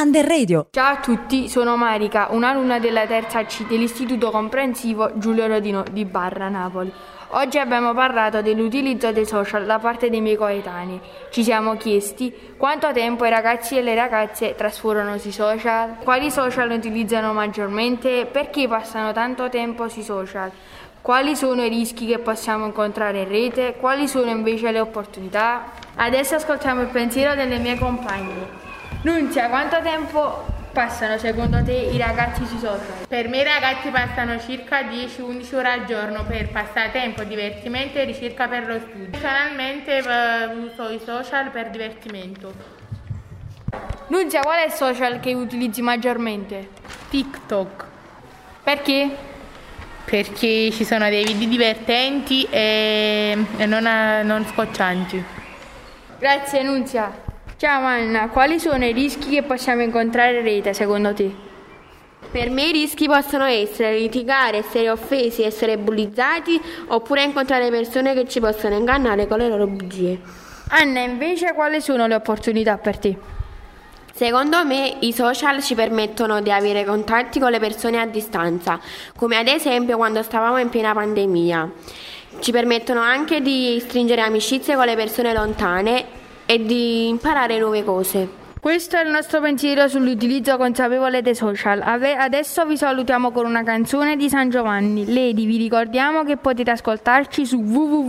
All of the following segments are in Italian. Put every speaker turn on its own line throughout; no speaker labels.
Under Radio.
Ciao a tutti, sono Marica, un'alunna della terza C dell'Istituto Comprensivo Giulio Rodino di Barra, Napoli. Oggi abbiamo parlato dell'utilizzo dei social da parte dei miei coetanei. Ci siamo chiesti quanto tempo i ragazzi e le ragazze trascorrono sui social, quali social utilizzano maggiormente, perché passano tanto tempo sui social, quali sono i rischi che possiamo incontrare in rete, quali sono invece le opportunità. Adesso ascoltiamo il pensiero delle mie compagne. Nunzia, quanto tempo passano secondo te i ragazzi sui social?
Per me i ragazzi passano circa 10-11 ore al giorno per passatempo, divertimento e ricerca per lo studio. Personalmente uso i social per divertimento.
Nunzia, qual è il social che utilizzi maggiormente?
TikTok.
Perché?
Perché ci sono dei video divertenti e non scoccianti.
Grazie Nunzia. Ciao Anna, quali sono i rischi che possiamo incontrare in rete secondo te?
Per me i rischi possono essere litigare, essere offesi, essere bullizzati oppure incontrare persone che ci possono ingannare con le loro bugie.
Anna, invece quali sono le opportunità per te?
Secondo me i social ci permettono di avere contatti con le persone a distanza, come ad esempio quando stavamo in piena pandemia. Ci permettono anche di stringere amicizie con le persone lontane e di imparare nuove cose.
Questo è il nostro pensiero sull'utilizzo consapevole dei social. Adesso vi salutiamo con una canzone di San Giovanni. Lady, vi ricordiamo che potete ascoltarci su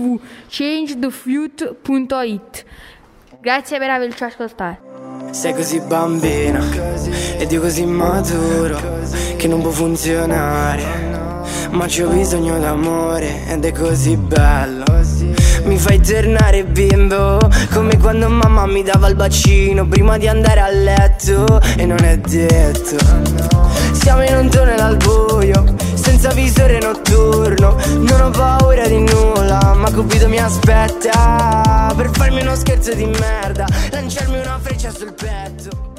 www.changethefute.it. Grazie per averci ascoltato.
Sei così bambina ed io così maturo che non può funzionare, ma c'ho bisogno d'amore ed è così bello. Mi fai tornare bimbo, come quando mamma mi dava il bacino prima di andare a letto. E non è detto. Siamo in un tunnel al buio, senza visore notturno. Non ho paura di nulla, ma Cupido mi aspetta per farmi uno scherzo di merda, lanciarmi una freccia sul petto.